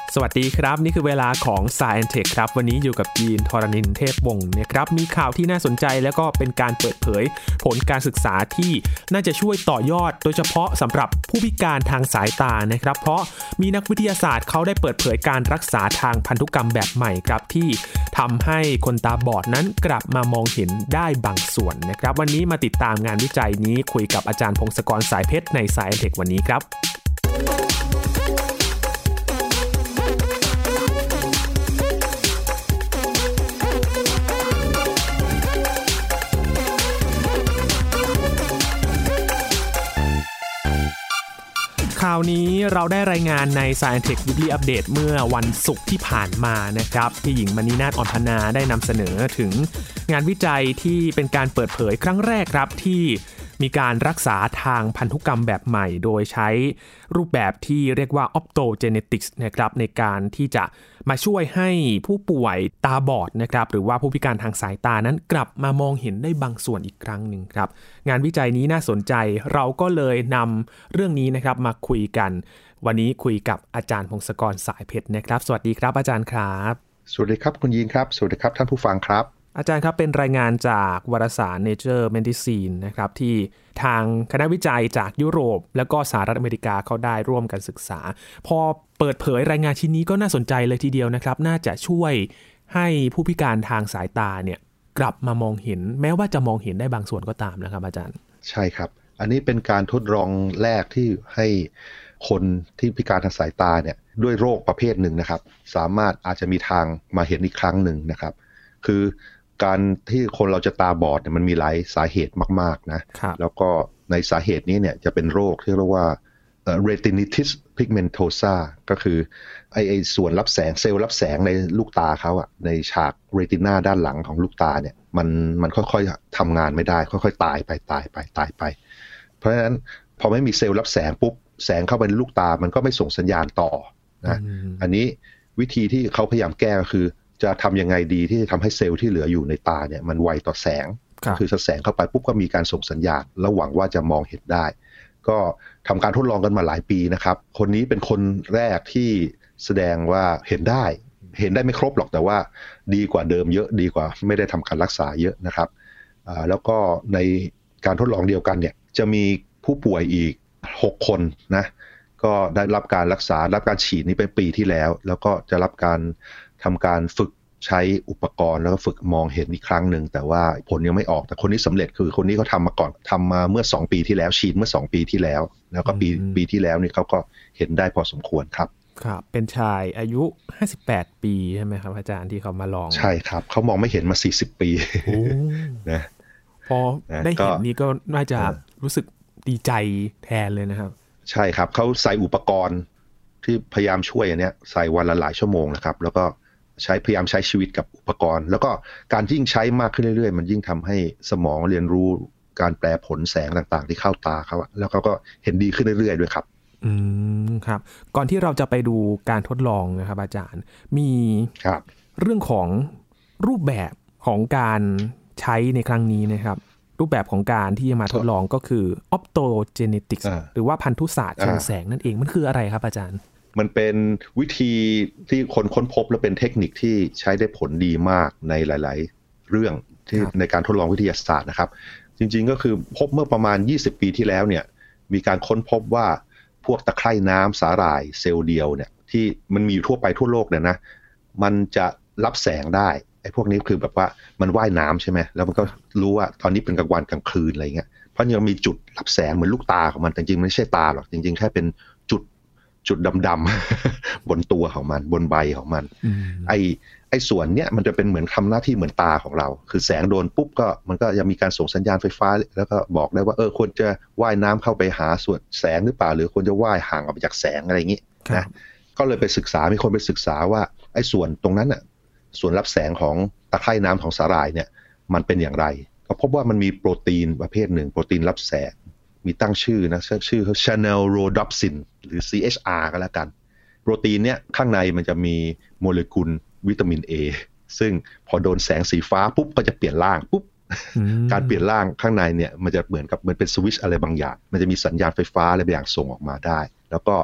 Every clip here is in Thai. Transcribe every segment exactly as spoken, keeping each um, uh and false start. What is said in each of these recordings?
สวัสดีครับนี่คือเวลาของ Science Tech ครับวันนี้อยู่กับยีนทรณินเทพวงศ์นะครับมีข่าวที่น่าสนใจแล้วก็เป็นการเปิดเผยผลการศึกษาที่น่าจะช่วยต่อยอดโดยเฉพาะสำหรับผู้พิการทางสายตานะครับเพราะมีนักวิทยาศาสตร์เขาได้เปิดเผยการรักษาทางพันธุกรรมแบบใหม่ครับที่ทำให้คนตาบอดนั้นกลับมามองเห็นได้บางส่วนนะครับวันนี้มาติดตามงานวิจัยนี้คุยกับอาจารย์พงศกรสายเพชรใน Science Tech วันนี้ครับข่าวนี้เราได้รายงานใน Science Tech Weekly Update เมื่อวันศุกร์ที่ผ่านมานะครับที่หญิงมณีนาฏอ่อนพนาได้นำเสนอถึงงานวิจัยที่เป็นการเปิดเผยครั้งแรกครับที่มีการรักษาทางพันธุกรรมแบบใหม่โดยใช้รูปแบบที่เรียกว่า Optogenetics นะครับในการที่จะมาช่วยให้ผู้ป่วยตาบอดนะครับหรือว่าผู้พิการทางสายตานั้นกลับมามองเห็นได้บางส่วนอีกครั้งหนึ่งครับงานวิจัยนี้น่าสนใจเราก็เลยนำเรื่องนี้นะครับมาคุยกันวันนี้คุยกับอาจารย์พงศกรสายเพชรนะครับสวัสดีครับอาจารย์ครับสวัสดีครับคุณยีนครับสวัสดีครับท่านผู้ฟังครับอาจารย์ครับเป็นรายงานจากวารสาร Nature Medicine นะครับที่ทางคณะวิจัยจากยุโรปแล้วก็สหรัฐอเมริกาเขาได้ร่วมกันศึกษาพอเปิดเผยรายงานชิ้นนี้ก็น่าสนใจเลยทีเดียวนะครับน่าจะช่วยให้ผู้พิการทางสายตาเนี่ยกลับมามองเห็นแม้ว่าจะมองเห็นได้บางส่วนก็ตามนะครับอาจารย์ใช่ครับอันนี้เป็นการทดลองแรกที่ให้คนที่พิการทางสายตาเนี่ยด้วยโรคประเภทหนึ่งนะครับสามารถอาจจะมีทางมาเห็นอีกครั้งหนึ่งนะครับคือการที่คนเราจะตาบอดเนี่ยมันมีหลายสาเหตุมากๆนะแล้วก็ในสาเหตุนี้เนี่ยจะเป็นโรคที่เรียกว่า retinitis pigmentosa ก็คือไอ้ไอ้ส่วนรับแสงเซลล์รับแสงในลูกตาเขาอะในฉากเรตินาด้านหลังของลูกตาเนี่ยมันมันค่อยๆทำงานไม่ได้ค่อยๆตายไปตายไปตายไปเพราะฉะนั้นพอไม่มีเซลล์รับแสงปุ๊บแสงเข้าไปในลูกตามันก็ไม่ส่งสัญญาณต่อนะอันนี้วิธีที่เขาพยายามแก้ก็คือจะทำยังไงดีที่จะทำให้เซลล์ที่เหลืออยู่ในตาเนี่ยมันไวต่อแสงคือแสงเข้าไปปุ๊บก็มีการส่งสัญญาณแล้วหวังว่าจะมองเห็นได้ก็ทำการทดลองกันมาหลายปีนะครับคนนี้เป็นคนแรกที่แสดงว่าเห็นได้เห็นได้ไม่ครบหรอกแต่ว่าดีกว่าเดิมเยอะดีกว่าไม่ได้ทำการรักษาเยอะนะครับแล้วก็ในการทดลองเดียวกันเนี่ยจะมีผู้ป่วยอีกหกคนนะก็ได้รับการรักษารับการฉีดนี้เป็นปีที่แล้วแล้วก็จะรับการทำการฝึกใช้อุปกรณ์แล้วก็ฝึกมองเห็นอีกครั้งหนึ่งแต่ว่าผลยังไม่ออกแต่คนนี้สำเร็จคือคนนี้เขาทำมาก่อนทำมาเมื่อสองปีที่แล้วฉีดเมื่อสองปีที่แล้วแล้วก็ปีปีที่แล้วนี่เขาก็เห็นได้พอสมควรครับครับเป็นชายอายุห้าสิบแปดปีใช่ไหมครับอาจารย์ที่เขามาลองใช่ครับเขามองไม่เห็นมาสี่สิบปีนะพอได้เห็นนี่ก็น่าจะรู้สึกดีใจแทนเลยนะครับใช่ครับเขาใส่อุปกรณ์ที่พยายามช่วยอันเนี้ยใส่วันละหลายชั่วโมงนะครับแล้วก็ใช้พยายามใช้ชีวิตกับอุปกรณ์แล้วก็การยิ่งใช้มากขึ้นเรื่อยๆมันยิ่งทำให้สมองเรียนรู้การแปลผลแสงต่างๆที่เข้าตาเขาแล้วเขาก็เห็นดีขึ้นเรื่อยๆด้วยครับอืมครับก่อนที่เราจะไปดูการทดลองนะครับอาจารย์มีเรื่องของรูปแบบของการใช้ในครั้งนี้นะครับรูปแบบของการที่จะมาทดลองก็คือ Optogenetics หรือว่าพันธุศาสตร์เชิงแสงนั่นเองมันคืออะไรครับอาจารย์มันเป็นวิธีที่คนค้นพบและเป็นเทคนิคที่ใช้ได้ผลดีมากในหลายๆเรื่องที่ในการทดลองวิทยาศาสตร์นะครับจริงๆก็คือพบเมื่อประมาณยี่สิบปีที่แล้วเนี่ยมีการค้นพบว่าพวกตะไคร่น้ำสาหร่ายเซลล์เดียวเนี่ยที่มันมีอยู่ทั่วไปทั่วโลกเนี่ยนะมันจะรับแสงได้ไอ้พวกนี้คือแบบว่ามันว่ายน้ำใช่ไหมแล้วมันก็รู้ว่าตอนนี้เป็นกลางวันกลางคืนอะไรเงี้ยเพราะยังมีจุดรับแสงเหมือนลูกตาของมันแต่จริงๆไม่ใช่ตาหรอกจริงๆแค่เป็นจุดจุดดำๆ บนตัวของมันบนใบของมันไอ้ไอ้ส่วนเนี้ยมันจะเป็นเหมือนทำหน้าที่เหมือนตาของเราคือแสงโดนปุ๊บก็มันก็จะมีการส่งสัญญาณไฟฟ้าแล้วก็บอกได้ว่าเออควรจะว่ายน้ำเข้าไปหาส่วนแสงหรือเปล่าหรือควรจะว่ายห่างออกไปจากแสงอะไรอย่างนี้นะก็เลยไปศึกษามีคนไปศึกษาว่าไอ้ส่วนตรงนั้นน่ะส่วนรับแสงของตะไคร่น้ำของสาหร่ายเนี่ยมันเป็นอย่างไรก็พบว่ามันมีโปรตีนประเภทหนึ่งโปรตีนรับแสงมีตั้งชื่อนะชื่อเขา Channel Rhodopsin หรือ ซี เอช อาร์ ก็แล้วกันโปรตีนเนี่ยข้างในมันจะมีโมเลกุลวิตามิน A ซึ่งพอโดนแสงสีฟ้าปุ๊บก็จะเปลี่ยนร่างปุ๊บ การเปลี่ยนร่างข้างในเนี่ยมันจะเหมือนกับเหมือนเป็นสวิตช์อะไรบางอย่างมันจะมีสัญญาณไฟฟ้าอะไรบางอย่างส่งออกมาได้แล้วก็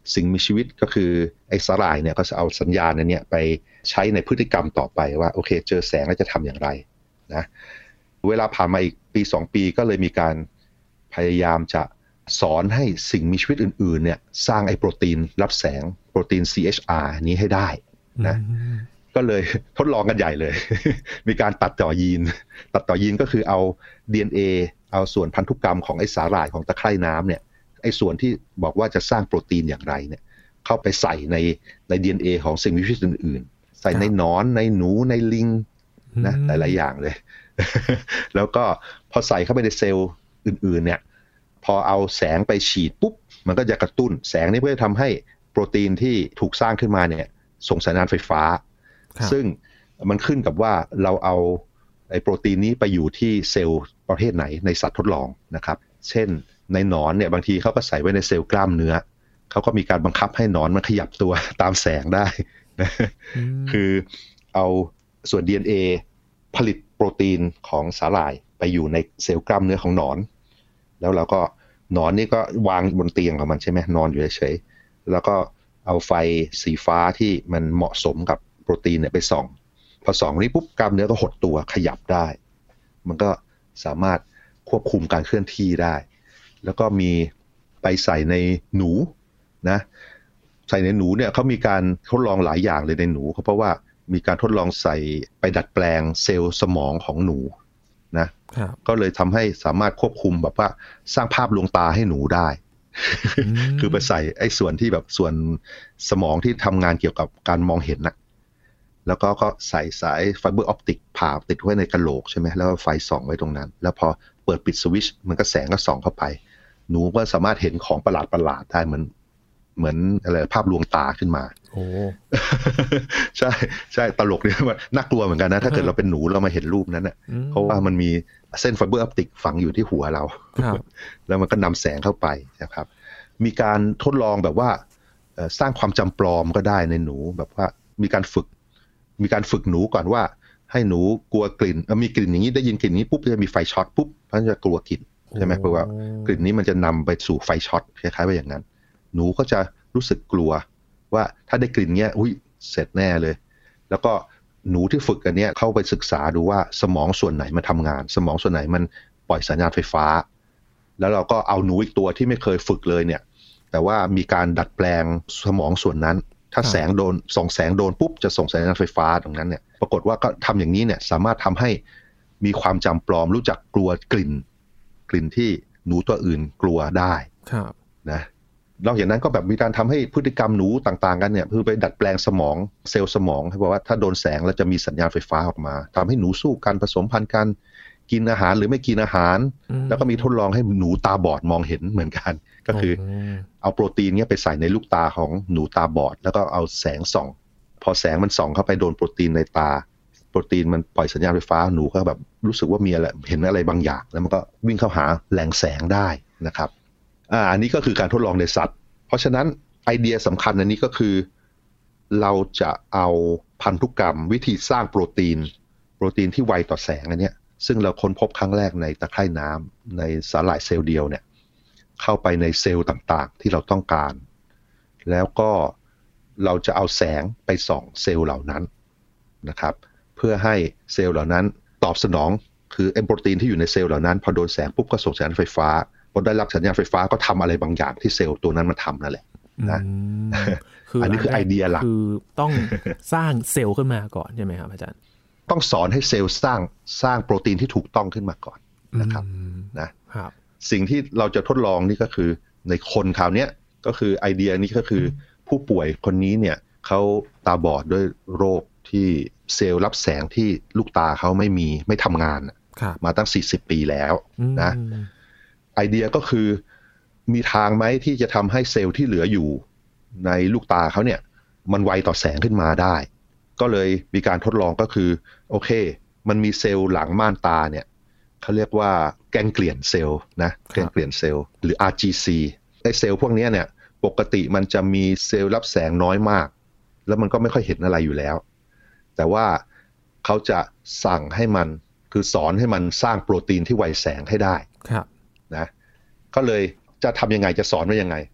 สิ่งมีชีวิตก็คือไอ้สาหร่ายเนี่ยก็จะเอาสัญญาณนั้นเนี่ยไปใช้ในพฤติกรรมต่อไปว่าโอเคเจอแสงแล้วจะทำอย่างไรนะเวลาผ่านมาอีกปีสองปีก็เลยมีการพยายามจะสอนให้สิ่งมีชีวิตอื่นๆเนี่ยสร้างไอ้โปรตีนรับแสงโปรตีน ซี เอช อาร์ นี้ให้ได้นะก็เลยทดลองกันใหญ่เลย มีการตัดต่อยีนตัดต่อยีนก็คือเอา ดี เอ็น เอ เอาส่วนพันธุกรรมของไอ้สาหร่ายของตะไคร่น้ำเนี่ยไอ้ส่วนที่บอกว่าจะสร้างโปรตีนอย่างไรเนี่ยเข้าไปใส่ในใน ดี เอ็น เอ ของสิ่งมีชีวิตอื่นๆใส่ในหนอนในหนูในลิงนะหลายๆอย่างเลย แล้วก็พอใส่เข้าไปในเซลล์อื่นๆเนี่ยพอเอาแสงไปฉีดปุ๊บมันก็จะกระตุ้นแสงนี้เพื่อทำให้โปรตีนที่ถูกสร้างขึ้นมาเนี่ยส่งสัญญาณไฟฟ้าซึ่งมันขึ้นกับว่าเราเอาไอ้โปรตีนนี้ไปอยู่ที่เซลล์ประเภทไหนในสัตว์ทดลองนะครับเช่นในหนอนเนี่ยบางทีเขาก็ใส่ไว้ในเซลล์กล้ามเนื้อเขาก็มีการบังคับให้หนอนมันขยับตัวตามแสงได้นะคือเอาส่วน ดี เอ็น เอ ผลิตโปรตีนของสาหร่ายไปอยู่ในเซลล์กล้ามเนื้อของหนอนแล้วเราก็หนอนนี่ก็วางบนเตียงของมันใช่ไหมนอนอยู่เฉยๆแล้วก็เอาไฟสีฟ้าที่มันเหมาะสมกับโปรตีนเนี่ยไปส่องพอส่องนี้ปุ๊บกล้ามเนื้อก็หดตัวขยับได้มันก็สามารถควบคุมการเคลื่อนที่ได้แล้วก็มีไปใส่ในหนูนะใส่ในหนูเนี่ยเขามีการทดลองหลายอย่างเลยในหนูเพราะว่ามีการทดลองใส่ไปดัดแปลงเซลล์สมองของหนูนะก็เลยทำให้สามารถควบคุมแบบว่าสร้างภาพลวงตาให้หนูได้ คือไปใส่ไอ้ส่วนที่แบบส่วนสมองที่ทำงานเกี่ยวกับการมองเห็นนะแล้วก็ก็ใส่สายไฟเบอร์ออปติกผ่าติดไว้ในกะโหลกใช่ไหมแล้วไฟส่องไว้ตรงนั้นแล้วพอเปิดปิดสวิตช์มันก็แสงก็ส่องเข้าไปหนูก็สามารถเห็นของประหลาดประหลาดได้เหมือนเหมือนอะไรภาพลวงตาขึ้นมาโอ้ ใช่ใช่ตลกเนี่ยมันน่ากลัวเหมือนกันนะถ้าเกิดเราเป็นหนูเรามาเห็นรูปนั้นเน่ะเพราะว่ามันมีเส้นไฟเบอร์ออปติกฝังอยู่ที่หัวเราแล้วมันก็นำแสงเข้าไปนะครับมีการทดลองแบบว่าสร้างความจำปลอมก็ได้ในหนูแบบว่ามีการฝึกมีการฝึกหนูก่อนว่าให้หนูกลัวกลิ่นมีกลิ่นอย่างนี้ได้ยินกลิ่นนี้ปุ๊บจะมีไฟช็อตปุ๊บมันจะกลัวกลิ่นใช่ไหมเพราะว่ากลิ่นนี้มันจะนำไปสู่ไฟช็อตคล้ายๆว่าอย่างนั้นหนูก็จะรู้สึกกลัวว่าถ้าได้กลิ่นเงี้ยอุ้ยเสร็จแน่เลยแล้วก็หนูที่ฝึกกันเนี้ยเข้าไปศึกษาดูว่าสมองส่วนไหนมันทำงานสมองส่วนไหนมันปล่อยสัญญาณไฟฟ้าแล้วเราก็เอาหนูอีกตัวที่ไม่เคยฝึกเลยเนี่ยแต่ว่ามีการดัดแปลงสมองส่วนนั้นถ้าแสงโดนส่องแสงโดนปุ๊บจะส่งสัญญาณไฟฟ้าตรงนั้นเนี่ยปรากฏว่าก็ทำอย่างนี้เนี่ยสามารถทำให้มีความจำปลอมรู้จักกลัวกลิ่นกลิ่นที่หนูตัวอื่นกลัวได้นะนอกจากนั้นก็แบบมีการทำให้พฤติกรรมหนูต่างๆกันเนี่ยคือไปดัดแปลงสมองเซลล์สมองให้บอกว่าถ้าโดนแสงแล้วจะมีสัญญาณไฟฟ้าออกมาทำให้หนูสู้กันผสมพันธุ์กันกินอาหารหรือไม่กินอาหารแล้วก็มีทดลองให้หนูตาบอดมองเห็นเหมือนกันก็คือเอาโปรตีนเนี้ยไปใส่ในลูกตาของหนูตาบอดแล้วก็เอาแสงส่องพอแสงมันส่องเข้าไปโดนโปรตีนในตาโปรตีนมันปล่อยสัญญาณไฟฟ้าหนูก็แบบรู้สึกว่ามีอะไรเห็นอะไรบางอย่างแล้วมันก็วิ่งเข้าหาแหล่งแสงได้นะครับอ่าอันนี้ก็คือการทดลองในสัตว์เพราะฉะนั้นไอเดียสำคัญอันนี้ก็คือเราจะเอาพันธุกรรมวิธีสร้างโปรตีนโปรตีนที่ไวต่อแสงอันเนี้ยซึ่งเราค้นพบครั้งแรกในตะไคร่น้ำในสาหร่ายเซลล์เดียวเนี่ยเข้าไปในเซลล์ต่างๆที่เราต้องการแล้วก็เราจะเอาแสงไปส่องเซลล์เหล่านั้นนะครับเพื่อให้เซลล์เหล่านั้นตอบสนองคือไอ้โปรตีนที่อยู่ในเซลล์เหล่านั้นพอโดนแสงปุ๊บก็ส่งสัญญาณไฟฟ้าพอได้รับสัญญาณไฟฟ้าก็ทำอะไรบางอย่างที่เซลล์ตัวนั้นมันทำนั่นแหละนะอันนี้คือไอเดียหลักคือต้องสร้างเซลล์ขึ้นมาก่อนใช่ไหมครับอาจารย์ต้องสอนให้เซลล์สร้างสร้างโปรตีนที่ถูกต้องขึ้นมาก่อนนะครับนะครับสิ่งที่เราจะทดลองนี่ก็คือในคนคราวนี้ก็คือไอเดียนี้ก็คือผู้ป่วยคนนี้เนี่ยเขาตาบอดด้วยโรคที่เซลล์รับแสงที่ลูกตาเขาไม่มีไม่ทำงานมาตั้งสี่สิบปีแล้วนะไอเดียก็คือมีทางไหมที่จะทำให้เซลล์ที่เหลืออยู่ในลูกตาเขาเนี่ยมันไวต่อแสงขึ้นมาได้ก็เลยมีการทดลองก็คือโอเคมันมีเซลล์หลังม่านตาเนี่ยเขาเรียกว่าแกงเกลียนเซลล์นะแกงเกลียนเซลล์หรือ อาร์ จี ซี ไอเซลล์พวกนี้เนี่ยปกติมันจะมีเซลล์รับแสงน้อยมากแล้วมันก็ไม่ค่อยเห็นอะไรอยู่แล้วแต่ว่าเขาจะสั่งให้มันคือสอนให้มันสร้างโปรตีนที่ไวแสงให้ได้นะก็เลยจะทำยังไงจะสอนว่ายังไง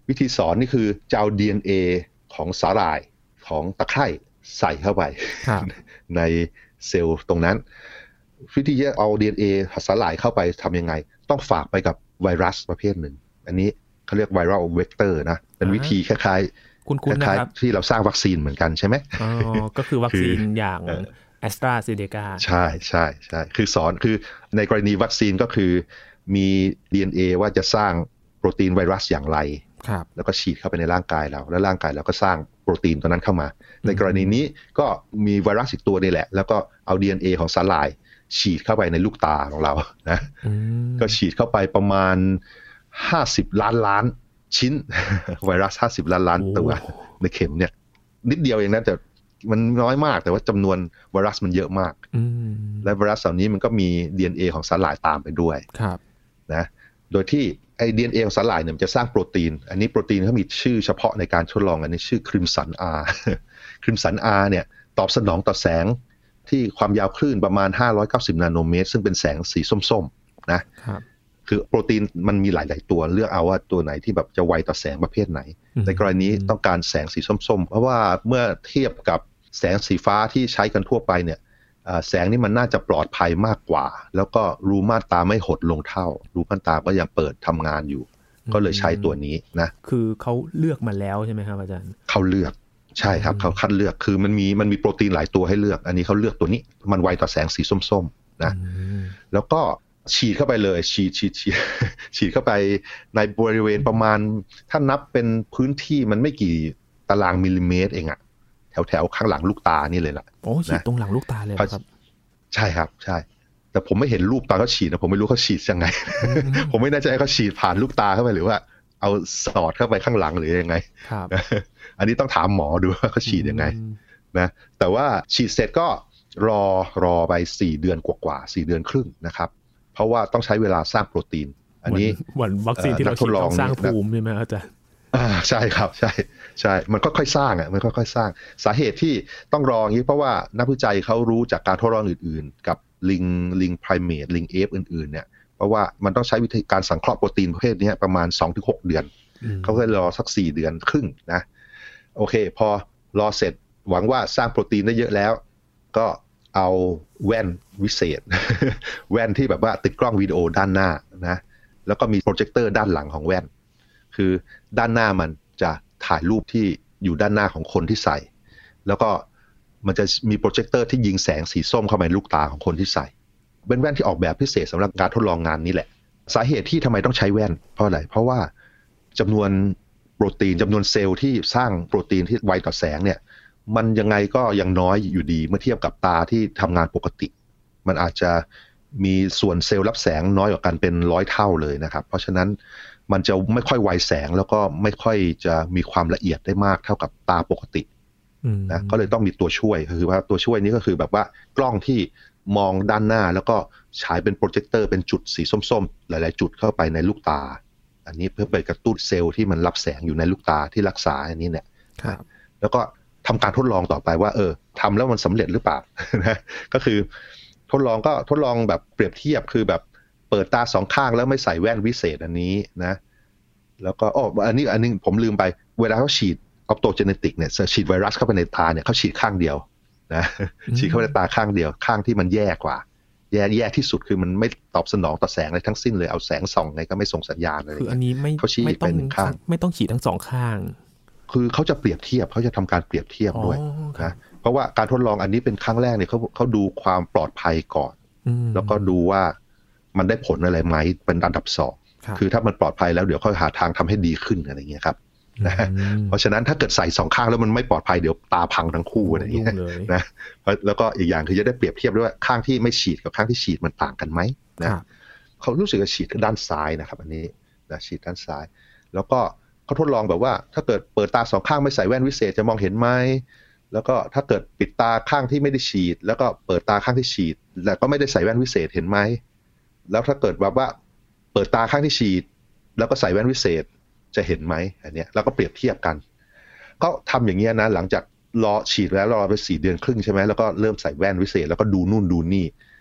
วิธีสอนนี่คือจะเอา ดี เอ็น เอ ของสาหร่ายของตะไคร่ใส่เข้าไปในเซลล์ตรงนั้นวิธีจะเอา ดี เอ็น เอ สาหร่ายเข้าไปทำยังไงต้องฝากไปกับไวรัสประเภทหนึ่งอันนี้เขาเรียกไวรัลเวกเตอร์นะเป็นวิธีคล้ายๆคุ้นๆนะครับที่เราสร้างวัคซีนเหมือนกันใช่ไหมอ๋อก็คือวัคซีนอย่างแอสตราเซเนกาใช่ใช่ใช่คือสอนคือในกรณีวัคซีนก็คือมี ดี เอ็น เอ ว่าจะสร้างโปรตีนไวรัสอย่างไรแล้วก็ฉีดเข้าไปในร่างกายเราแล้วร่างกายเราก็สร้างโปรตีนตัวนั้นเข้ามาในกรณีนี้ก็มีไวรัสอีกตัวนี่แหละแล้วก็เอา ดี เอ็น เอ ของสาหร่ายฉีดเข้าไปในลูกตาของเรานะก็ฉีดเข้าไปประมาณห้าสิบล้านล้านชิ้นไวรัสห้าสิบล้านล้านตัวในเข็มเนี่ยนิดเดียวเองนะแต่มันน้อยมากแต่ว่าจำนวนไวรัสมันเยอะมากและไวรัสเหล่านี้มันก็มี ดี เอ็น เอ ของสาหร่ายตามไปด้วยนะโดยที่ไอ้ ดี เอ็น เอ ของสาหร่ายเนี่ยมันจะสร้างโปรตีนอันนี้โปรตีนเขามีชื่อเฉพาะในการทดลองอันนี้ชื่อคริมสัน R คริมสัน R เนี่ยตอบสนองต่อแสงที่ความยาวคลื่นประมาณห้าร้อยเก้าสิบนาโนเมตรซึ่งเป็นแสงสีส้มๆนะคือโปรตีนมันมีหลายๆตัวเลือกเอาว่าตัวไหนที่แบบจะไวต่อแสงประเภทไหนในกรณีต้องการแสงสีส้มๆเพราะว่าเมื่อเทียบกับแสงสีฟ้าที่ใช้กันทั่วไปเนี่ยแสงนี่มันน่าจะปลอดภัยมากกว่าแล้วก็รูม่านตาไม่หดลงเท่ารูม่านตาก็ยังเปิดทำงานอยู่ก็เลยใช้ตัวนี้นะคือเขาเลือกมาแล้วใช่ไหมครับอาจารย์เขาเลือกใช่ครับเขาคัดเลือกคือมันมีมันมีโปรตีนหลายตัวให้เลือกอันนี้เขาเลือกตัวนี้มันไวต่อแสงสีส้มๆนะแล้วก็ฉีดเข้าไปเลยฉีดฉีดฉีดฉีดเข้าไปในบริเวณประมาณถ้านับเป็นพื้นที่มันไม่กี่ตารางมิลลิเมตรเองอะแถวแถวข้างหลังลูกตานี่เลยล่ะโอ้ฉีดตรงหลังลูกตาเลยครับใช่ครับใช่แต่ผมไม่เห็นรูปตอนเขาฉีดนะผมไม่รู้เขาฉีดยังไง ผมไม่แน่ใจเขาฉีดผ่านลูกตาเข้าไปหรือว่าเอาสอดเข้าไปข้างหลังหรือยังไงอันนี้ต้องถามหมอดูว่าเขาฉีดยังไงนะแต่ว่าฉีดเสร็จก็รอรอไปสี่เดือนกว่าๆสี่เดือนครึ่งนะครับเพราะว่าต้องใช้เวลาสร้างโปรตีนอันนี้เหมือนวัคซีนที่เราฉีดต้องสร้างภูมิใช่ไหมอาจารย์อ่าใช่ครับใช่ใช่มันค่อยๆสร้างอ่ะมันค่อยๆสร้างสาเหตุที่ต้องรออย่างนี้เพราะว่านักวิจัยเขารู้จากการทดลองอื่นๆกับลิงลิงไพรเมทลิงเอฟอื่นๆเนี่ยเพราะว่ามันต้องใช้วิธีการสังเคราะห์โปรตีนประเภทนี้ประมาณ สองถึงหก เดือนเขาก็รอสักสี่เดือนครึ่งนะโอเคพอรอเสร็จหวังว่าสร้างโปรตีนได้เยอะแล้วก็เอาแว่นวิเศษ แว่นที่แบบว่าติดกล้องวิดีโอด้านหน้านะแล้วก็มีโปรเจคเตอร์ด้านหลังของแว่นคือด้านหน้ามันจะถ่ายรูปที่อยู่ด้านหน้าของคนที่ใส่แล้วก็มันจะมีโปรเจคเตอร์ที่ยิงแสงสีส้มเข้าไปในลูกตาของคนที่ใส่เป็นแว่นที่ออกแบบพิเศษสำหรับการทดลองงานนี้แหละสาเหตุที่ทำไมต้องใช้แว่นเพราะอะไรเพราะว่าจำนวนโปรตีนจำนวนเซลล์ที่สร้างโปรตีนที่ไวต่อแสงเนี่ยมันยังไงก็ยังน้อยอยู่ดีเมื่อเทียบกับตาที่ทำงานปกติมันอาจจะมีส่วนเซลล์รับแสงน้อยกว่ากันเป็นร้อยเท่าเลยนะครับเพราะฉะนั้นมันจะไม่ค่อยไวแสงแล้วก็ไม่ค่อยจะมีความละเอียดได้มากเท่ากับตาปกตินะก็เลยต้องมีตัวช่วยคือว่าตัวช่วยนี้ก็คือแบบว่ากล้องที่มองด้านหน้าแล้วก็ฉายเป็นโปรเจคเตอร์เป็นจุดสีส้มๆหลายๆจุดเข้าไปในลูกตาอันนี้เพื่อไปกระตุ้นเซลล์ที่มันรับแสงอยู่ในลูกตาที่รักษาอันนี้เนี่ยแล้วก็ทำการทดลองต่อไปว่าเออทำแล้วมันสำเร็จหรือเปล่านะก็คือทดลองก็ทดลองแบบเปรียบเทียบคือแบบเปิดตาสองข้างแล้วไม่ใส่แว่นวิเศษอันนี้นะแล้วก็อ๋ออันนี้อันนึงผมลืมไปเวลาเขาฉีดออปโตเจเนติกเนี่ยฉีดไวรัสเข้าไปในตาเนี่ยเขาฉีดข้างเดียวนะฉีดเข้าไปในตาข้างเดียวข้างที่มันแย่กว่าแย่แย่ที่สุดคือมันไม่ตอบสนองต่อแสงอะไรทั้งสิ้นเลยเอาแสงส่องไงก็ไม่ส่งสัญญาณอะไรคืออันนี้ไม่เขาชี้ไปหนึ่งข้างไม่ต้องฉีดทั้งสองข้างคือเขาจะเปรียบเทียบเขาจะทำการเปรียบเทียบด้วยนะเพราะว่าการทดลองอันนี้เป็นครั้งแรกเนี่ยเขาเขาดูความปลอดภัยก่อนแล้วก็ดูว่ามันได้ผลอะไรไหมเป็นอันดับสองคือถ้ามันปลอดภัยแล้วเดี๋ยวค่อยหาทางทำให้ดีขึ้นอะไรเงี้ยครับนะเพราะฉะนั้นถ้าเกิดใส่สองข้างแล้วมันไม่ปลอดภัยเดี๋ยวตาพังทั้งคู่อะไรเงี้ยนะแล้วก็อีกอย่างคือจะได้เปรียบเทียบด้วยว่าข้างที่ไม่ฉีดกับข้างที่ฉีดมันต่างกันไหมนะเขารู้สึกว่าฉีดด้านซ้ายนะครับอันนี้นะฉีดด้านซ้ายแล้วก็เขาทดลองแบบว่าถ้าเกิดเปิดตาสองข้างไม่ใส่แว่นวิเศษจะมองเห็นไหมแล้วก็ถ้าเกิดปิดตาข้างที่ไม่ได้ฉีดแล้วก็เปิดตาข้างที่ฉีดแต่ก็ไม่ได้ใส่แว่นวิเศษเห็นไหมแล้วถ้าเกิดแบบว่าเปิดตาข้างที่ฉีดแล้วก็ใส่แว่นวิเศษจะเห็นไหมอันเนี้ยแล้วก็เปรียบเทียบกันก็ทำอย่างเงี้ยนะหลังจากรอฉีดแล้วรอไปสี่เดือนครึ่งใช่ไหมแล้วก็เริ่มใส่แว่นวิเศษแล้วก็ดูนู่นดูนี่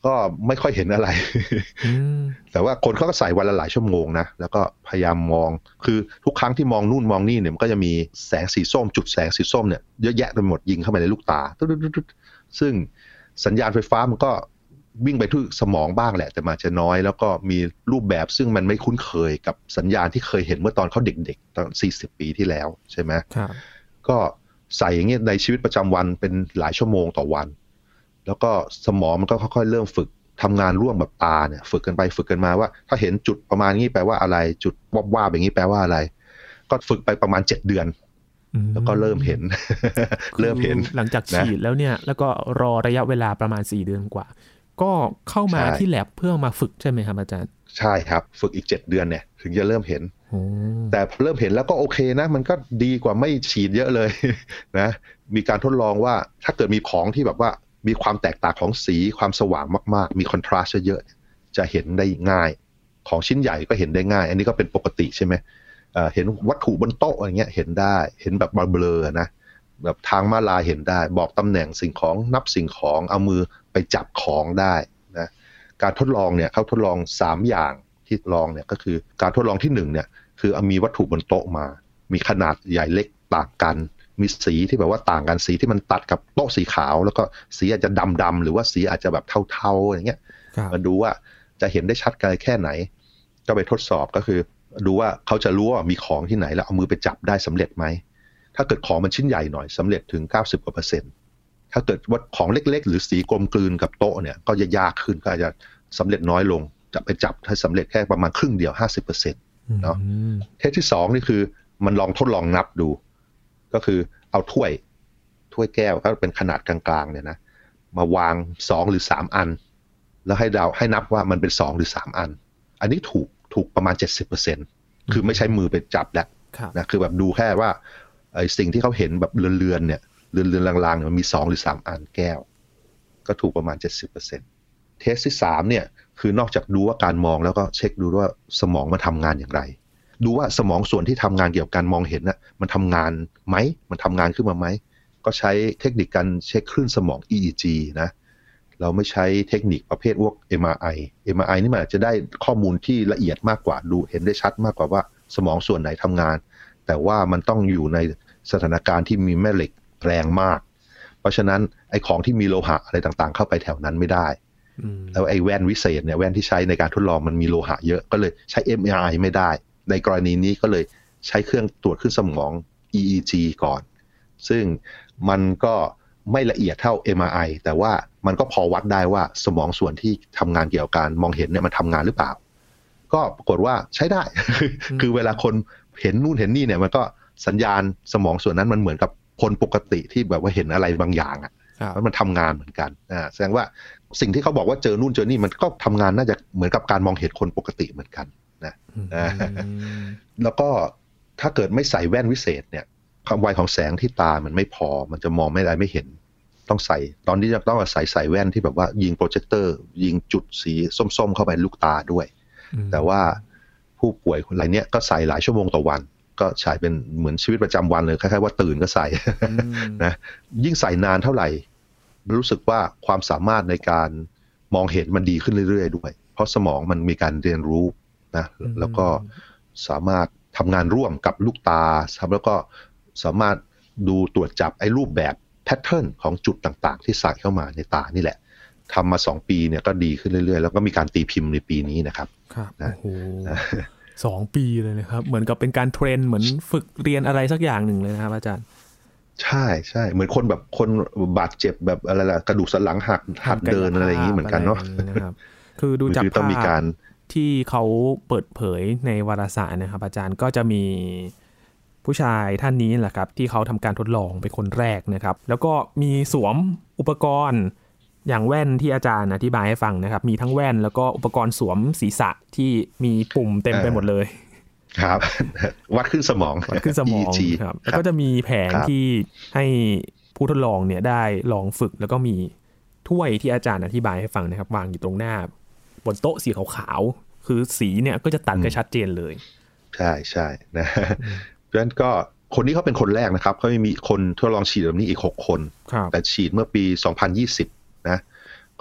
ก็ไม่ค่อยเห็นอะไร แต่ว่าคนเขาก็ใส่วันละหลายชั่วโมงนะแล้วก็พยายามมองคือทุกครั้งที่มองนู่นมองนี่เนี่ยมันก็จะมีแสงสีส้มจุดแสงสีส้มเนี่ยเยอะแยะไปหมดยิงเข้าไปในลูกตาซึ่งสัญญาณไฟฟ้ามันก็วิ่งไปที่สมองบ้างแหละแต่มันจะน้อยแล้วก็มีรูปแบบซึ่งมันไม่คุ้นเคยกับสัญญาณที่เคยเห็นเมื่อตอนเขาเด็กๆตอนสี่สิบปีที่แล้วใช่ไหมก็ใส่อย่างเงี้ยในชีวิตประจำวันเป็นหลายชั่วโมงต่อวันแล้วก็สมองมันก็ค่อยๆเริ่มฝึกทำงานร่วมแบบตาเนี่ยฝึกกันไปฝึกกันมาว่าถ้าเห็นจุดประมาณนี้แปลว่าอะไรจุดว่าบๆอย่างนี้แปลว่าอะไรก็ฝึกไปประมาณเจ็ดเดือนแล้วก็เริ่มเห็น เริ่มเห็นหลังจากฉีดแล้วเนี่ยแล้วก็รอระยะเวลาประมาณสี่เดือนกว่าก็เข้ามาที่แลบเพื่อมาฝึกใช่ไหมครับอาจารย์ใช่ครับฝึกอีกเจ็ดเดือนเนี่ยถึงจะเริ่มเห็นแต่เริ่มเห็นแล้วก็โอเคนะมันก็ดีกว่าไม่ฉีดเยอะเลยนะมีการทดลองว่าถ้าเกิดมีของที่แบบว่ามีความแตกต่างของสีความสว่างมากๆมีคอนทราสต์เยอะๆจะเห็นได้ง่ายของชิ้นใหญ่ก็เห็นได้ง่ายอันนี้ก็เป็นปกติใช่ไหมเอ่อเห็นวัตถุบนโต๊ะอะไรเงี้ยเห็นได้เห็นแบบเบลอๆนะแบบทางม้าลายเห็นได้บอกตำแหน่งสิ่งของนับสิ่งของเอามือไปจับของได้นะการทดลองเนี่ยเขาทดลองสามอย่างที่ลองเนี่ยก็คือการทดลองที่หนึ่งเนี่ยคือเอามีวัตถุบนโต๊ะมามีขนาดใหญ่เล็กต่างกันมีสีที่แบบว่าต่างกันสีที่มันตัดกับโต๊ะสีขาวแล้วก็สีอาจจะดำๆหรือว่าสีอาจจะแบบเทาๆอย่างเงี้ยมาดูว่าจะเห็นได้ชัดกันแค่ไหนก็ไปทดสอบก็คือดูว่าเขาจะรู้ว่ามีของที่ไหนแล้วเอามือไปจับได้สำเร็จไหมถ้าเกิดของมันชิ้นใหญ่หน่อยสำเร็จถึงเก้าสิบกว่าเปอร์เซ็นต์ถ้าเกิดว่าของเล็กๆหรือสีกลมกลืนกับโต๊ะเนี่ยก็จะยากขึ้นก็อาจจะสำเร็จน้อยลงจะไปจับให้สำเร็จแค่ประมาณครึ่งเดียว ห้าสิบเปอร์เซ็นต์ เนาะเทสที่สองนี่คือมันลองทดลองนับดูก็คือเอาถ้วยถ้วยแก้วก็เป็นขนาดกลางๆเนี่ยนะมาวางสองหรือสามอันแล้วให้เดาให้นับว่ามันเป็นสองหรือสามอันอันนี้ถูกถูกประมาณ เจ็ดสิบเปอร์เซ็นต์ คือไม่ใช้มือไปจับแล้วนะคือแบบดูแค่ว่าไอ้สิ่งที่เขาเห็นแบบเลือนๆเนี่ยเลือนๆลางๆเนี่ยมันมีสองหรือสามอันแก้วก็ถูกประมาณ เจ็ดสิบเปอร์เซ็นต์ เทสที่สามเนี่ยคือนอกจากดูว่าการมองแล้วก็เช็คดูว่าสมองมันทำงานอย่างไรดูว่าสมองส่วนที่ทำงานเกี่ยวกับการมองเห็นน่ะมันทำงานไหมมันทำงานขึ้นมาไหมก็ใช้เทคนิคการเช็คคลื่นสมอง อี อี จี นะเราไม่ใช้เทคนิคประเภทพวก เอ็ม อาร์ ไอ เอ็ม อาร์ ไอ นี่มันอาจจะได้ข้อมูลที่ละเอียดมากกว่าดูเห็นได้ชัดมากกว่าว่าสมองส่วนไหนทำงานแต่ว่ามันต้องอยู่ในสถานการณ์ที่มีแม่เหล็กแรงมากเพราะฉะนั้นไอ้ของที่มีโลหะอะไรต่างๆเข้าไปแถวนั้นไม่ได้แล้วไอ้แว่นวิเศษเนี่ยแว่นที่ใช้ในการทดลองมันมีโลหะเยอะก็เลยใช้ เอ็ม อาร์ ไอ ไม่ได้ในกรณีนี้ก็เลยใช้เครื่องตรวจคลื่นสมอง อี อี จี ก่อนซึ่งมันก็ไม่ละเอียดเท่า เอ็ม อาร์ ไอ แต่ว่ามันก็พอวัดได้ว่าสมองส่วนที่ทำงานเกี่ยวกับการมองเห็นเนี่ยมันทำงานหรือเปล่าก็ปรากฏว่าใช้ได้ คือเวลาคนเห็นนู่นเห็นนี่เนี่ยมันก็สัญญาณสมองส่วนนั้นมันเหมือนกับคนปกติที่แบบว่าเห็นอะไรบางอย่างอ่ะแล้วมันทำงานเหมือนกันอ่าแสดงว่าสิ่งที่เขาบอกว่าเจอนู่นเจอนี่มันก็ทำงานน่าจะเหมือนกับการมองเห็นคนปกติเหมือนกันนะแล้วก็ถ้าเกิดไม่ใส่แว่นวิเศษเนี่ยความไวของแสงที่ตามันไม่พอมันจะมองไม่ได้ไม่เห็นต้องใส่ตอนนี้จะต้องใส่ใส่แว่นที่แบบว่ายิงโปรเจคเตอร์ยิงจุดสีส้มๆเข้าไปลูกตาด้วยแต่ว่าผู้ป่วยคนไรเนี้ยก็ใส่หลายชั่วโมงต่อวันก็ใช้เป็นเหมือนชีวิตประจำวันเลยคล้ายๆว่าตื่นก็ใส่นะยิ่งใส่นานเท่าไหร่รู้สึกว่าความสามารถในการมองเห็นมันดีขึ้นเรื่อยๆด้วยเพราะสมองมันมีการเรียนรู้นะแล้วก็สามารถทำงานร่วมกับลูกตาแล้วก็สามารถดูตรวจจับไอ้รูปแบบแพทเทิร์นของจุดต่างๆที่ใส่เข้ามาในตานี่แหละทำมาสองปีเนี่ยก็ดีขึ้นเรื่อยๆแล้วก็มีการตีพิมพ์ในปีนี้นะครับครับนะโอ้สองปีเลยนะครับเหมือนกับเป็นการเทรนเหมือนฝึกเรียนอะไรสักอย่างหนึ่งเลยนะครับอาจารย์ใช่ใช่เหมือนคนแบบคนบาดเจ็บแบบอะไรล่ะกระดูกสันหลังหักหัดเดินอะไรอย่างนี้เหมือนกันเนาะคือดูจากภาพที่เขาเปิดเผยในวารสารนะครับอาจารย์ก็จะมีผู้ชายท่านนี้แหละครับที่เขาทำการทดลองเป็นคนแรกนะครับแล้วก็มีสวมอุปกรณ์อย่างแว่นที่อาจารย์อธิบายให้ฟังนะครับมีทั้งแว่นแล้วก็อุปกรณ์สวมศีรษะที่มีปุ่มเต็มไปหมดเลยครับวัดขึ้นสมองวัดขึ้นสมองครับแล้วก็จะมีแผงที่ให้ผู้ทดลองเนี่ยได้ลองฝึกแล้วก็มีถ้วยที่อาจารย์อธิบายให้ฟังนะครับวางอยู่ตรงหน้าบนโต๊ะสีขาวๆคือสีเนี่ยก็จะตัดกันชัดเจนเลยใช่ใช่นะเพราะฉะนั้นก็คนนี้เขาเป็นคนแรกนะครับเขาไม่มีคนทดลองฉีดแบบนี้อีกหกคนแต่ฉีดเมื่อปีสองพันยี่สิบนะ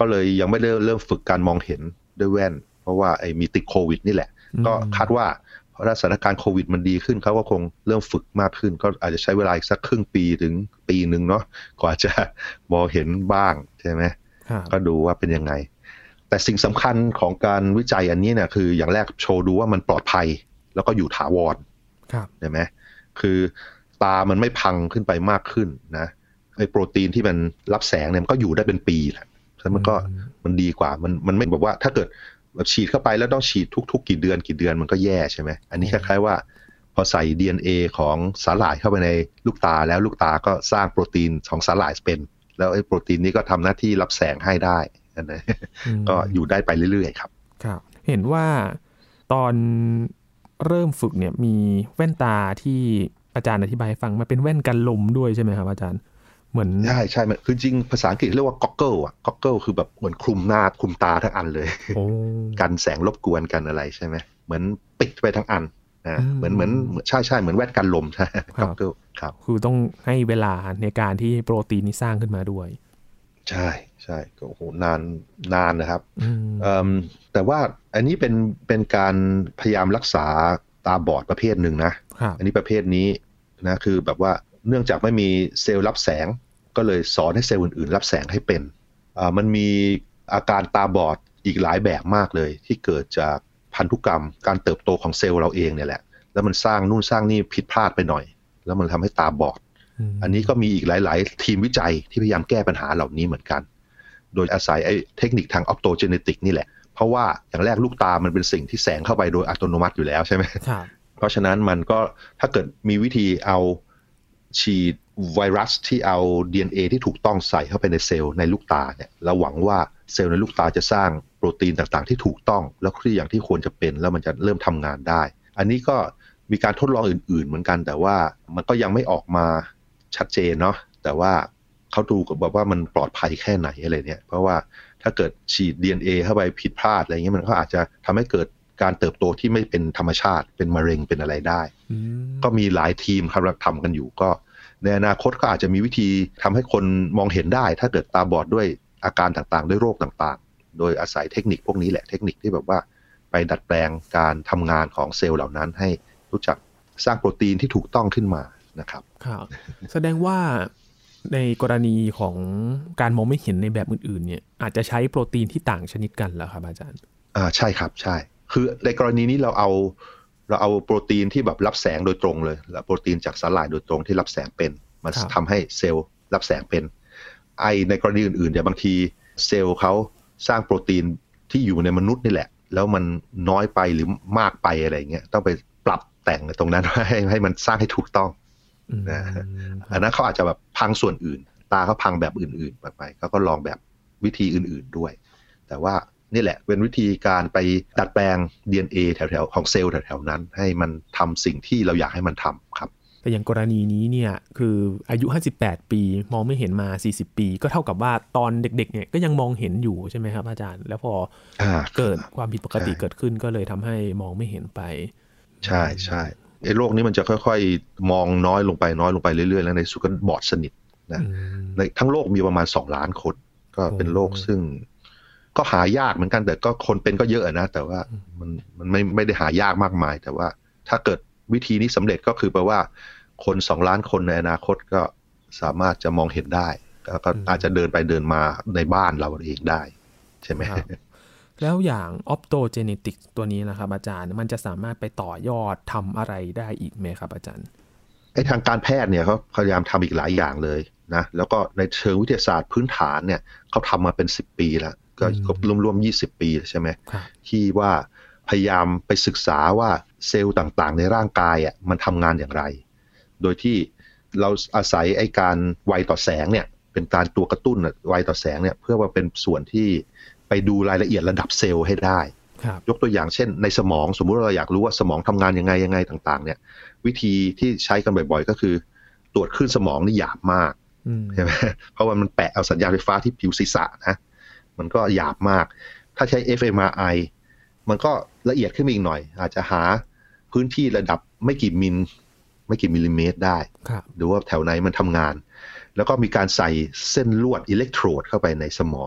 ก็เลยยังไม่ได้เริ่มฝึกการมองเห็นด้วยแว่นเพราะว่าไอ้มีติดโควิดนี่แหละก็คาดว่าเพราะสถานการณ์โควิดมันดีขึ้นเขาก็คงเริ่มฝึกมากขึ้นก็อาจจะใช้เวลาอีกสักครึ่งปีถึงปีนึงเนาะกว่าจะมองเห็นบ้างใช่ไหมก็ดูว่าเป็นยังไงแต่สิ่งสำคัญของการวิจัยอันนี้เนี่ยคืออย่างแรกโชว์ดูว่ามันปลอดภัยแล้วก็อยู่ถาวรใช่ไหมคือตามันไม่พังขึ้นไปมากขึ้นนะไอ้โปรตีนที่มันรับแสงเนี่ยมันก็อยู่ได้เป็นปีแหละแล้วมันก็มันดีกว่ามันมันไม่แบบว่าถ้าเกิดแบบฉีดเข้าไปแล้วต้องฉีดทุกๆกี่เดือนกี่เดือนมันก็แย่ใช่ไหมอันนี้คล้ายๆว่าพอใส่ ดี เอ็น เอ ของสาหร่ายเข้าไปในลูกตาแล้วลูกตาก็สร้างโปรตีนของสาหร่ายเป็นแล้วไอ้โปรตีนนี้ก็ทำหน้าที่รับแสงให้ได้นะก็อยู่ได้ไปเรื่อยๆครับครับเห็นว่าตอนเริ่มฝึกเนี่ยมีแว่นตาที่อาจารย์อธิบายให้ฟังมันเป็นแว่นกันลมด้วยใช่ไหมครับอาจารย์เหมือนใช่ใช่คือจริงภาษาอังกฤษเรียกว่า goggle อ่ะ goggle คือแบบเหมือนคลุมหน้าคลุมตาทั้งอันเลยกันแสงรบกวนกันอะไรใช่ไหมเหมือนปิดไปทั้งอันนะเหมือนเหมือนใช่ใช่เหมือนแว่นกันลมใช่ goggle ครับคือต้องให้เวลาในการที่โปรตีนนี้สร้างขึ้นมาด้วยใช่ใช่ก็โอ้โหนานนานนะครับแต่ว่าอันนี้เป็นเป็นการพยายามรักษาตาบอดประเภทหนึ่งนะอันนี้ประเภทนี้นะคือแบบว่าเนื่องจากไม่มีเซลล์รับแสงก็เลยสอนให้เซลล์อื่นๆรับแสงให้เป็นอ่ามันมีอาการตาบอดอีกหลายแบบมากเลยที่เกิดจากพันธุกรรมการเติบโตของเซลล์เราเองเนี่ยแหละแล้วมันสร้างนู่นสร้างนี่ผิดพลาดไปหน่อยแล้วมันทำให้ตาบอดอันนี้ก็มีอีกหลายๆทีมวิจัยที่พยายามแก้ปัญหาเหล่านี้เหมือนกันโดยอาศัยไอ้เทคนิคทางออปโตเจเนติกนี่แหละเพราะว่าอย่างแรกลูกตามันเป็นสิ่งที่แสงเข้าไปโดยอัตโนมัติอยู่แล้วใช่ไหมเพราะฉะนั้นมันก็ถ้าเกิดมีวิธีเอาฉีดไวรัสที่เอา ดี เอ็น เอ ที่ถูกต้องใส่เข้าไปในเซลล์ในลูกตาเนี่ยเราหวังว่าเซลล์ในลูกตาจะสร้างโปรตีนต่างๆที่ถูกต้องแล้วที่อย่างที่ควรจะเป็นแล้วมันจะเริ่มทำงานได้อันนี้ก็มีการทดลองอื่นๆเหมือนกันแต่ว่ามันก็ยังไม่ออกมาชัดเจนเนาะแต่ว่าเขาดูแบบว่ามันปลอดภัยแค่ไหนอะไรเนี่ยเพราะว่าถ้าเกิดฉีด ดี เอ็น เอ เข้าไปผิดพลาดอะไรเงี้ยมันก็อาจจะทำให้เกิดการเติบโตที่ไม่เป็นธรรมชาติเป็นมะเร็งเป็นอะไรได้ก็มีหลายทีมครับทำกันอยู่ก็ในอนาคตก็อาจจะมีวิธีทำให้คนมองเห็นได้ถ้าเกิดตาบอดด้วยอาการต่างๆด้วยโรคต่างๆโดยอาศัยเทคนิคพวกนี้แหละเทคนิคที่แบบว่าไปดัดแปลงการทำงานของเซลล์เหล่านั้นให้รู้จักสร้างโปรตีนที่ถูกต้องขึ้นมานะครับครับแสดงว่าในกรณีของการมองไม่เห็นในแบบอื่นๆเนี่ยอาจจะใช้โปรตีนที่ต่างชนิดกันเหรอครับอาจารย์อ่าใช่ครับใช่คือในกรณีนี้เราเอาเราเอาโปรตีนที่แบบรับแสงโดยตรงเลยแล้วโปรตีนจากสาหร่ายโดยตรงที่รับแสงเป็นมันทำให้เซลล์รับแสงเป็นไอในกรณีอื่นๆเนี่ยบางทีเซลล์เขาสร้างโปรตีนที่อยู่ในมนุษย์นี่แหละแล้วมันน้อยไปหรือมากไปอะไรเงี้ยต้องไปปรับแต่งตรงนั้นให้ให้มันสร้างให้ถูกต้องนะอันนั้นเขาอาจจะแบบพังส่วนอื่นตาเขาพังแบบอื่นๆไปเขาก็ลองแบบวิธีอื่นๆด้วยแต่ว่านี่แหละเป็นวิธีการไปดัดแปลง ดี เอ็น เอ แถวๆของเซลล์แถวๆนั้นให้มันทำสิ่งที่เราอยากให้มันทำครับแต่อย่างกรณีนี้เนี่ยคืออายุห้าสิบแปดปีมองไม่เห็นมาสี่สิบปีก็เท่ากับว่าตอนเด็กๆเนี่ยก็ยังมองเห็นอยู่ใช่ไหมครับอาจารย์แล้วพอเกิดความผิดปกติเกิดขึ้นก็เลยทำให้มองไม่เห็นไปใช่ใช่ไอ้โรคนี้มันจะค่อยๆมองน้อยลงไปน้อยลงไปเรื่อยๆแล้วในสุดก็บอดสนิทนะในทั้งโลกมีประมาณสองล้านคนก็เป็นโรคซึ่งก็หายากเหมือนกันแต่ก็คนเป็นก็เยอะนะแต่ว่ามันมันไม่ไม่ได้หายากมากมายแต่ว่าถ้าเกิดวิธีนี้สำเร็จก็คือแปลว่าคนสองล้านคนในอนาคตก็สามารถจะมองเห็นได้ก็อาจจะเดินไปเดินมาในบ้านเราเองได้ใช่ไหมแล้วอย่าง Optogenetics ตัวนี้นะครับอาจารย์มันจะสามารถไปต่อยอดทำอะไรได้อีกไหมครับอาจารย์ไอ้ทางการแพทย์เนี่ยเขาพยายามทำอีกหลายอย่างเลยนะแล้วก็ในเชิงวิทยาศาสตร์พื้นฐานเนี่ยเขาทำมาเป็นสิบปีแล้วก็รวมๆยี่สิบปีใช่ไหมที่ว่าพยายามไปศึกษาว่าเซลล์ต่างๆในร่างกายอ่ะมันทำงานอย่างไรโดยที่เราอาศัยไอ้การไวต่อแสงเนี่ยเป็นการตัวกระตุ้นไวต่อแสงเนี่ยเพื่อว่าเป็นส่วนที่ไปดูรายละเอียดระดับเซลล์ให้ได้ยกตัวอย่างเช่นในสมองสมมุติเราอยากรู้ว่าสมองทำงานยังไงยังไงต่างๆเนี่ยวิธีที่ใช้กันบ่อยๆก็คือตรวจคลื่นสมองนี่หยาบมากใช่ไหมเพราะว่ามันแปะเอาสัญญาณไฟฟ้าที่ผิวศีรษะนะมันก็หยาบมากถ้าใช้ เอฟ เอ็ม อาร์ ไอ มันก็ละเอียดขึ้นอีกหน่อยอาจจะหาพื้นที่ระดับไม่กี่มิลไม่กี่มิลลิเมตรได้ดูว่าแถวไหนมันทำงานแล้วก็มีการใส่เส้นลวดอิเล็กโทรดเข้าไปในสมอง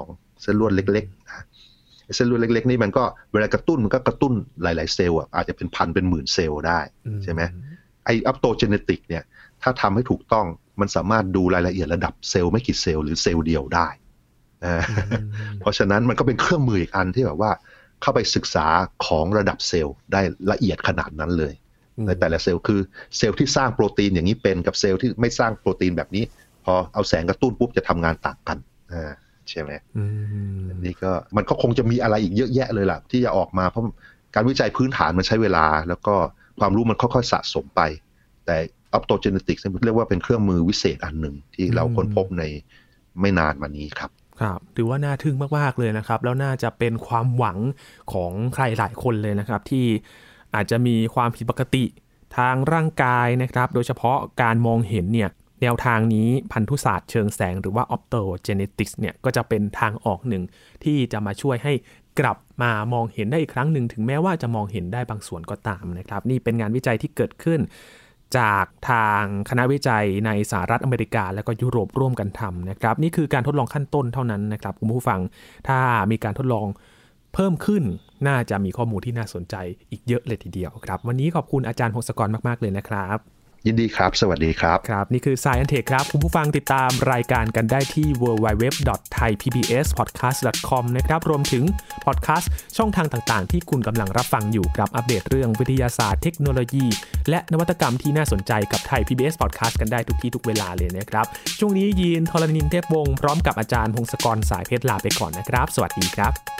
เส้นลวดเล็กๆเส้นลวดเล็กๆนี่มันก็เวลากระตุ้นมันก็กระตุ้นหลายๆเซลล์อาจจะเป็นพันเป็นหมื่นเซลล์ได้ใช่ไหมไอออปโตเจเนติกเนี่ยถ้าทำให้ถูกต้องมันสามารถดูรายละเอียดระดับเซลล์ไม่กี่เซลล์หรือเซลล์เดียวได้เพราะฉะนั้นมันก็เป็นเครื่องมืออีกอันที่แบบว่าเข้าไปศึกษาของระดับเซลล์ได้ละเอียดขนาดนั้นเลยในแต่ละเซลล์คือเซลล์ที่สร้างโปรตีนอย่างนี้เป็นกับเซลล์ที่ไม่สร้างโปรตีนแบบนี้พอเอาแสงกระตุ้นปุ๊บจะทำงานต่างกันอ่าใช่ไหมอันนี้ก็มันก็คงจะมีอะไรอีกเยอะแยะเลยล่ะที่จะออกมาเพราะการวิจัยพื้นฐานมันใช้เวลาแล้วก็ความรู้มันค่อยๆสะสมไปแต่ออปโตเจเนติกส์เรียกว่าเป็นเครื่องมือวิเศษอันหนึ่งที่เราค้นพบในไม่นานมานี้ครับครับถือว่าน่าทึ่งมากๆเลยนะครับแล้วน่าจะเป็นความหวังของใครหลายคนเลยนะครับที่อาจจะมีความผิดปกติทางร่างกายนะครับโดยเฉพาะการมองเห็นเนี่ยแนวทางนี้พันธุศาสตร์เชิงแสงหรือว่า Optogenetics เนี่ยก็จะเป็นทางออกหนึ่งที่จะมาช่วยให้กลับมามองเห็นได้อีกครั้งหนึ่งถึงแม้ว่าจะมองเห็นได้บางส่วนก็ตามนะครับนี่เป็นงานวิจัยที่เกิดขึ้นจากทางคณะวิจัยในสหรัฐอเมริกาและก็ยุโรปร่วมกันทำนะครับนี่คือการทดลองขั้นต้นเท่านั้นนะครับคุณผู้ฟังถ้ามีการทดลองเพิ่มขึ้นน่าจะมีข้อมูลที่น่าสนใจอีกเยอะเลยทีเดียวครับวันนี้ขอบคุณอาจารย์พงศกรมากๆเลยนะครับยินดีครับสวัสดีครับครับนี่คือ Science Tech ครับคุณผู้ฟังติดตามรายการกันได้ที่ ดับเบิลยู ดับเบิลยู ดับเบิลยู ดอท ไทย พี บี เอส พอดแคสต์ ดอท คอม นะครับรวมถึงพอดแคสต์ช่องทางต่างๆที่คุณกำลังรับฟังอยู่ครับอัปเดตเรื่องวิทยาศาสตร์เทคโนโลยีและนวัตกรรมที่น่าสนใจกับไทย พี บี เอส Podcast กันได้ทุกที่ทุกเวลาเลยนะครับช่วงนี้ยีนทรณินเทพวงศ์พร้อมกับอาจารย์พงศกรสายเพชรลาไปก่อนนะครับสวัสดีครับ